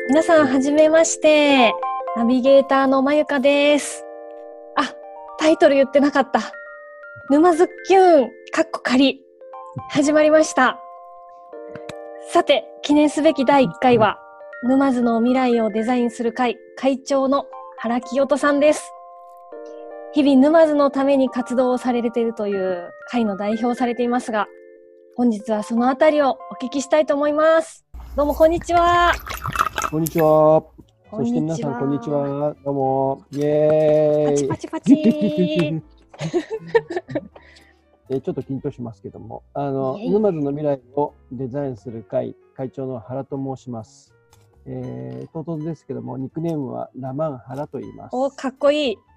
皆さんはじめまして。ナビゲーターのまゆかです。あ、タイトル言ってなかった。沼津キュン仮始まりました。さて、記念すべき第1回は沼津の未来をデザインする会会長の原清人さんです。日々沼津のために活動をされているという会の代表をされていますが、本日はそのあたりをお聞きしたいと思います。どうもこんにちは。 こんにちは。そして皆さんこんにちは。どうも。イエーイ。 パチパチパチちょっと緊張しますけども、沼津の未来をデザインする会長の原と申します。唐突ですけども、ニックネームはラマン原と言います。 お、かっこいい。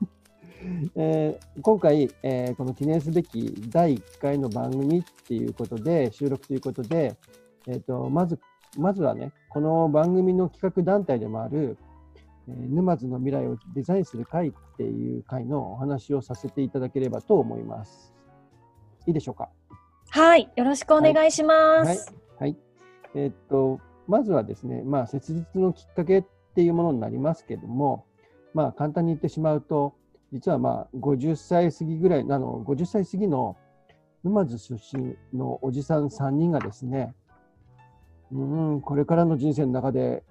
今回、この記念すべき第1回の番組っていうことで、収録ということで、まずはね、この番組の企画団体でもある、沼津の未来をデザインする会っていう会のお話をさせていただければと思います。いいでしょうか。 はい、よろしくお願いします。 はい。まずはですね、設立のきっかけっていうものになりますけども、簡単に言ってしまうと、実は50歳過ぎぐらい、50歳過ぎの沼津出身のおじさん3人がですね、これからの人生の中で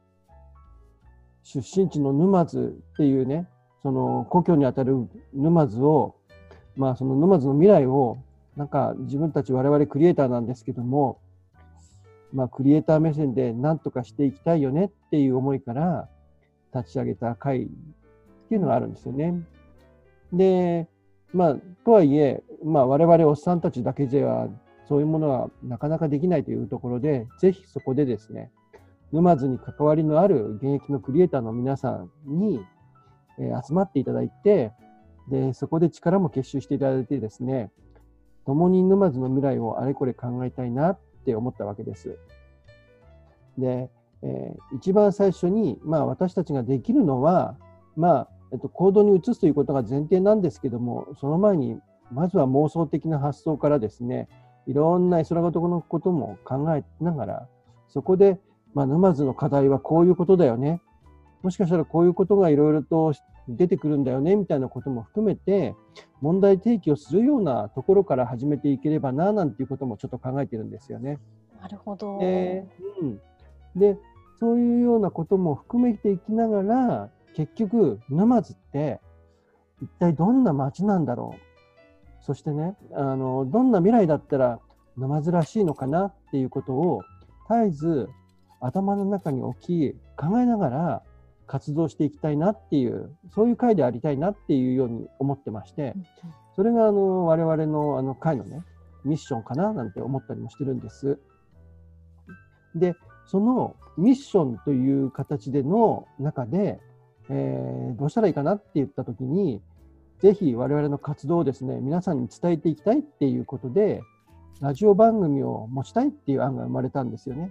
出身地の沼津っていうね、その故郷にあたる沼津を、その沼津の未来をなんか自分たち我々クリエイターなんですけども、クリエイター目線で何とかしていきたいよねっていう思いから立ち上げた会っていうのがあるんですよね。で、とはいえ、我々おっさんたちだけではそういうものはなかなかできないというところで、ぜひそこでですね、沼津に関わりのある現役のクリエイターの皆さんに、集まっていただいて、で、そこで力も結集していただいてですね、共に沼津の未来をあれこれ考えたいなって思ったわけです。で、一番最初に、私たちができるのは、行動に移すということが前提なんですけども、その前にまずは妄想的な発想からですね、いろんな絵空事のことも考えながら、そこで、沼津の課題はこういうことだよね、もしかしたらこういうことがいろいろと出てくるんだよねみたいなことも含めて問題提起をするようなところから始めていければななんていうこともちょっと考えてるんですよね。 なるほど。 で、そういうようなことも含めていきながら、結局沼津って一体どんな街なんだろう、そしてね、どんな未来だったら沼津らしいのかなっていうことを絶えず頭の中に置き考えながら活動していきたいなっていう、そういう会でありたいなっていうように思ってまして、それが我々の会のねミッションかななんて思ったりもしてるんです。で、そのミッションという形での中で、どうしたらいいかなって言った時に、ぜひ我々の活動をですね、皆さんに伝えていきたいっていうことで、ラジオ番組を持ちたいっていう案が生まれたんですよね。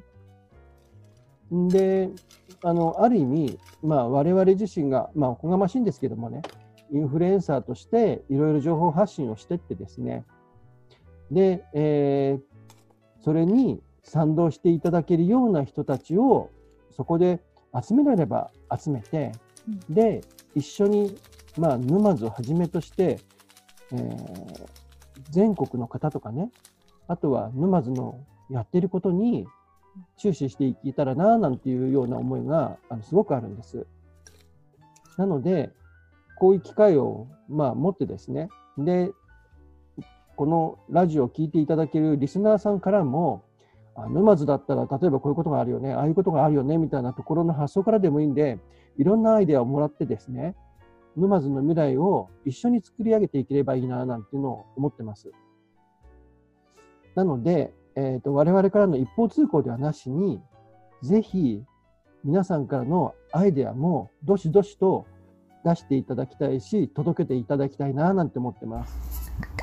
で、ある意味、我々自身が、おこがましいんですけどもね、インフルエンサーとしていろいろ情報発信をしてってですね、で、それに賛同していただけるような人たちをそこで集められれば集めて、で、一緒に、沼津をはじめとして、全国の方とかね、あとは沼津のやっていることに注視していけたらななんていうような思いがすごくあるんです。なのでこういう機会を持ってですね、でこのラジオを聞いていただけるリスナーさんからも、沼津だったら例えばこういうことがあるよね、ああいうことがあるよねみたいなところの発想からでもいいんで、いろんなアイデアをもらってですね、沼津の未来を一緒に作り上げていければいいななんていうのを思ってます。なので我々からの一方通行ではなしに、ぜひ皆さんからのアイデアもどしどしと出していただきたいし、届けていただきたいななんて思ってます。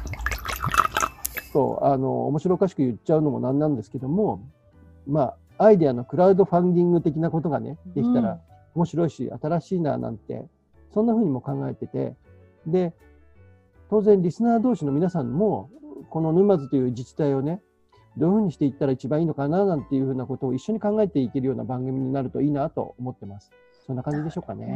面白おかしく言っちゃうのもなんなんですけども、アイデアのクラウドファンディング的なことがね、できたら面白いし、新しいななんて、そんな風にも考えてて、で、当然リスナー同士の皆さんも、この沼津という自治体をね、 どういうふうにしていったら一番いいのかななんていうふうなことを一緒に考えていけるような番組になるといいなと思ってます。そんな感じでしょうかね。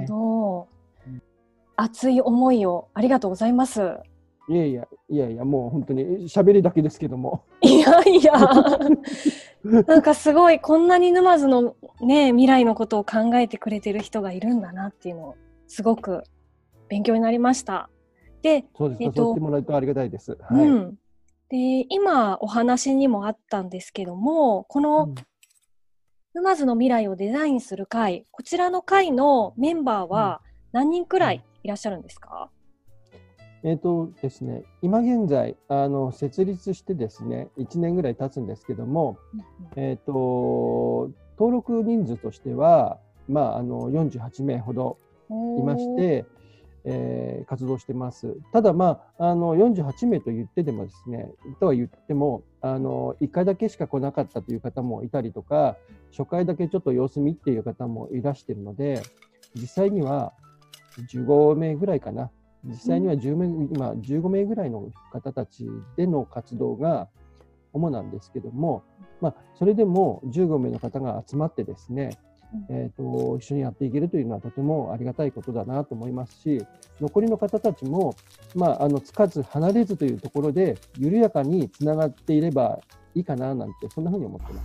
熱い思いをありがとうございます。 いやいやいやいや、もう本当に喋りだけですけども。 いやいやなんかすごいこんなに沼津のね未来のことを考えてくれてる人がいるんだなっていうのをすごく勉強になりました。で、 そうですか、そう言ってもらえるとありがたいです。 はい。で、今お話にもあったんですけども、この沼津の未来をデザインする会、こちらの会のメンバーは何人くらいいらっしゃるんですか？ ですね、今現在設立してですね1年ぐらい経つんですけども、登録人数としては、48名ほどいまして、活動してます。ただ、48名と言ってでもですね、とは言っても1回だけしか来なかったという方もいたりとか、初回だけちょっと様子見っていう方もいらしているので、実際には15名ぐらいかな。実際には今15名ぐらいの方たちでの活動が主なんですけども、それでも15名の方が集まってですね、一緒にやっていけるというのはとてもありがたいことだなと思いますし、残りの方たちも、つかず離れずというところで緩やかにつながっていればいいかななんて、そんなふうに思ってます。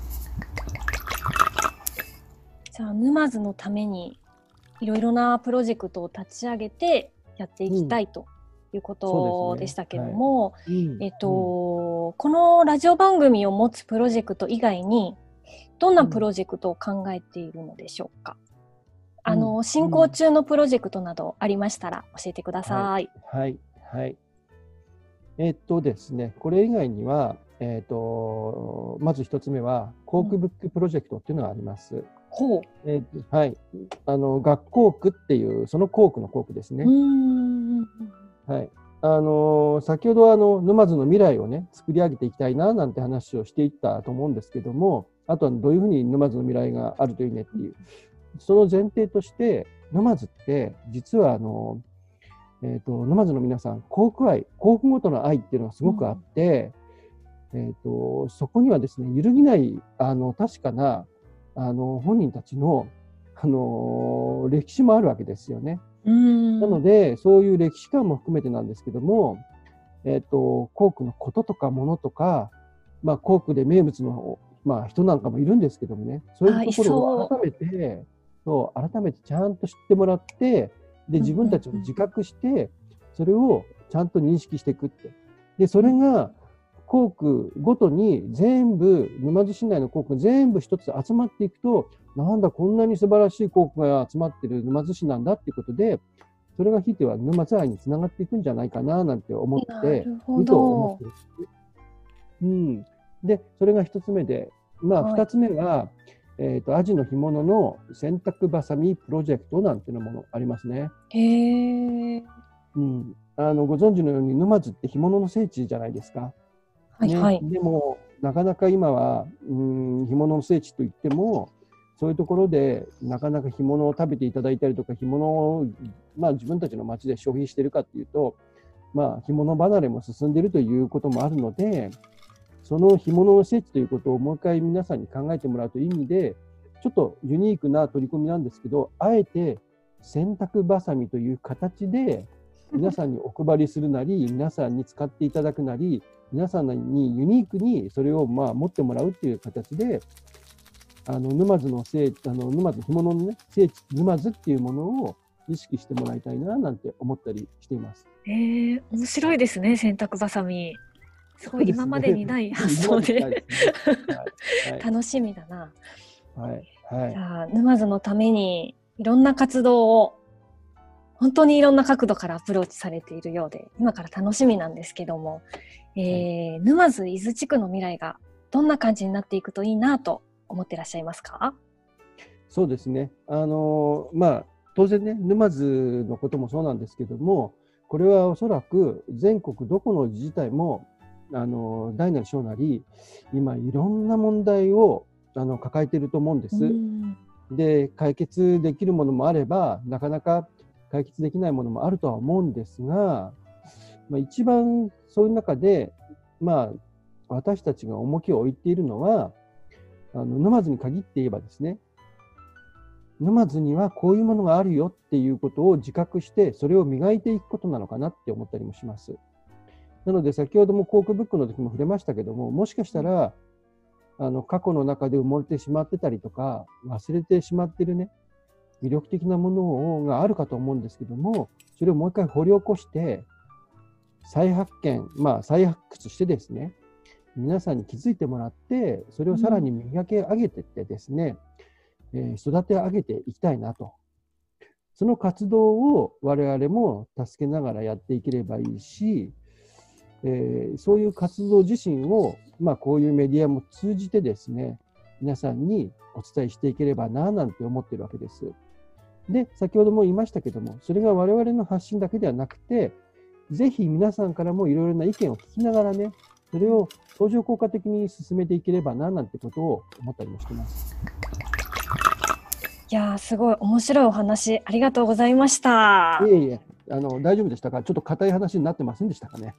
じゃあ沼津のためにいろいろなプロジェクトを立ち上げてやっていきたいということでしたけども、このラジオ番組を持つプロジェクト以外にどんなプロジェクトを考えているのでしょうか？進行中のプロジェクトなどありましたら教えてください。 ですね、これ以外には、まず一つ目はコークブックプロジェクトっていうのがあります。学校区っていうその校区の校区ですね。先ほど沼津の未来をね作り上げていきたいななんて話をしていったと思うんですけども、あとはどういうふうに沼津の未来があるといいねっていう、その前提として沼津って実は沼津の皆さん校区愛、校区ごとの愛っていうのがすごくあって、そこにはですね揺るぎない確かな本人たちの、歴史もあるわけですよね。なのでそういう歴史観も含めてなんですけども、校区のこととかものとか、校区で名物の、人なんかもいるんですけどもね、そういうところを改めてちゃんと知ってもらって、で自分たちも自覚してそれをちゃんと認識していくって、でそれが校区ごとに全部沼津市内の校区全部一つ集まっていくと、なんだこんなに素晴らしい校区が集まってる沼津市なんだっていうことで、それがひいては沼津愛につながっていくんじゃないかななんて思っていると思ってる。でそれが一つ目で、二つ目は、アジの干物の洗濯ばさみプロジェクトなんていうのもありますね。ご存知のように沼津って干物の聖地じゃないですか。でもなかなか今は干物の聖地といっても、そういうところでなかなか干物を食べていただいたりとか、干物を、自分たちの町で消費しているかっていうと、干物離れも進んでいるということもあるので、その干物の聖地ということをもう一回皆さんに考えてもらうという意味で、ちょっとユニークな取り組みなんですけど、あえて洗濯ばさみという形で皆さんにお配りするなり、皆さんに使っていただくなり、皆さんにユニークにそれを持ってもらうっていう形で、沼津の聖地、沼津干物のね聖地沼津っていうものを意識してもらいたいななんて思ったりしています。 面白いですね、洗濯ばさみ。すごい今までにない発想で楽しみだな。じゃあ沼津のためにいろんな活動を本当にいろんな角度からアプローチされているようで、今から楽しみなんですけども、沼津伊豆地区の未来がどんな感じになっていくといいなと思っていらっしゃいますか？ そうですね、当然ね沼津のこともそうなんですけども、これはおそらく全国どこの自治体も大なり小なり今いろんな問題を抱えていると思うんです。で解決できるものもあればなかなか解決できないものもあるとは思うんですが、一番そういう中で、 私たちが重きを置いているのは、沼津に限って言えばですね、沼津にはこういうものがあるよっていうことを自覚して、それを磨いていくことなのかなって思ったりもします。なので、先ほどもコークブックの時も触れましたけども、もしかしたら、過去の中で埋もれてしまってたりとか、忘れてしまっているね、魅力的なものがあるかと思うんですけども、それをもう一回掘り起こして、再発見、再発掘してですね、皆さんに気づいてもらって、それをさらに磨き上げていってですね、育て上げていきたいなと。その活動を我々も助けながらやっていければいいし、そういう活動自身を、こういうメディアも通じてですね、皆さんにお伝えしていければな、なんて思ってるわけです。で、先ほども言いましたけども、それが我々の発信だけではなくて、ぜひ皆さんからもいろいろな意見を聞きながらね、それを相乗効果的に進めていければな、なんてことを思ったりもしてます。 いやー、すごい面白いお話ありがとうございました。 いえいえ、大丈夫でしたか？ちょっと硬い話になってませんでしたかね。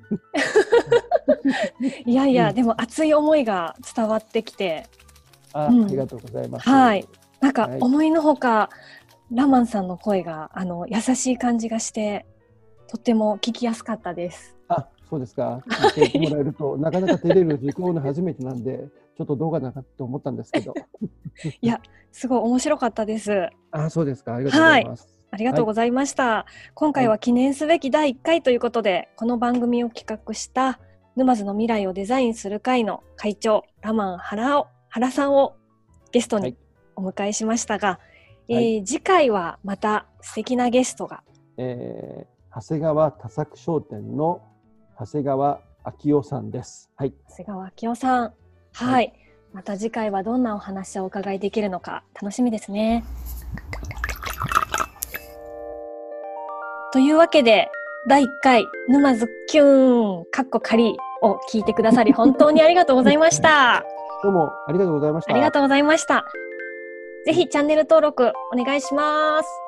いやいや、でも熱い思いが伝わってきて、 ありがとうございます。 はい、なんか思いのほか、ラマンさんの声が優しい感じがして、とっても聞きやすかったです。 そうですか。言ってもらえると、なかなか照れる受講の初めてなんで、ちょっとどうかなと思ったんですけど。 いや、すごい面白かったです。 そうですか。ありがとうございます。 ありがとうございました。今回は記念すべき第1回ということで、この番組を企画した沼津の未来をデザインする会の会長、ラマン原さんをゲストにお迎えしましたが、次回はまた素敵なゲストが。 長谷川多作商店の長谷川昭夫さんです。長谷川昭夫さん。また次回はどんなお話をお伺いできるのか楽しみですね。というわけで、第1回沼津キューン仮を聞いてくださり本当にありがとうございました。 どうもありがとうございました。 ありがとうございました。ぜひチャンネル登録お願いします。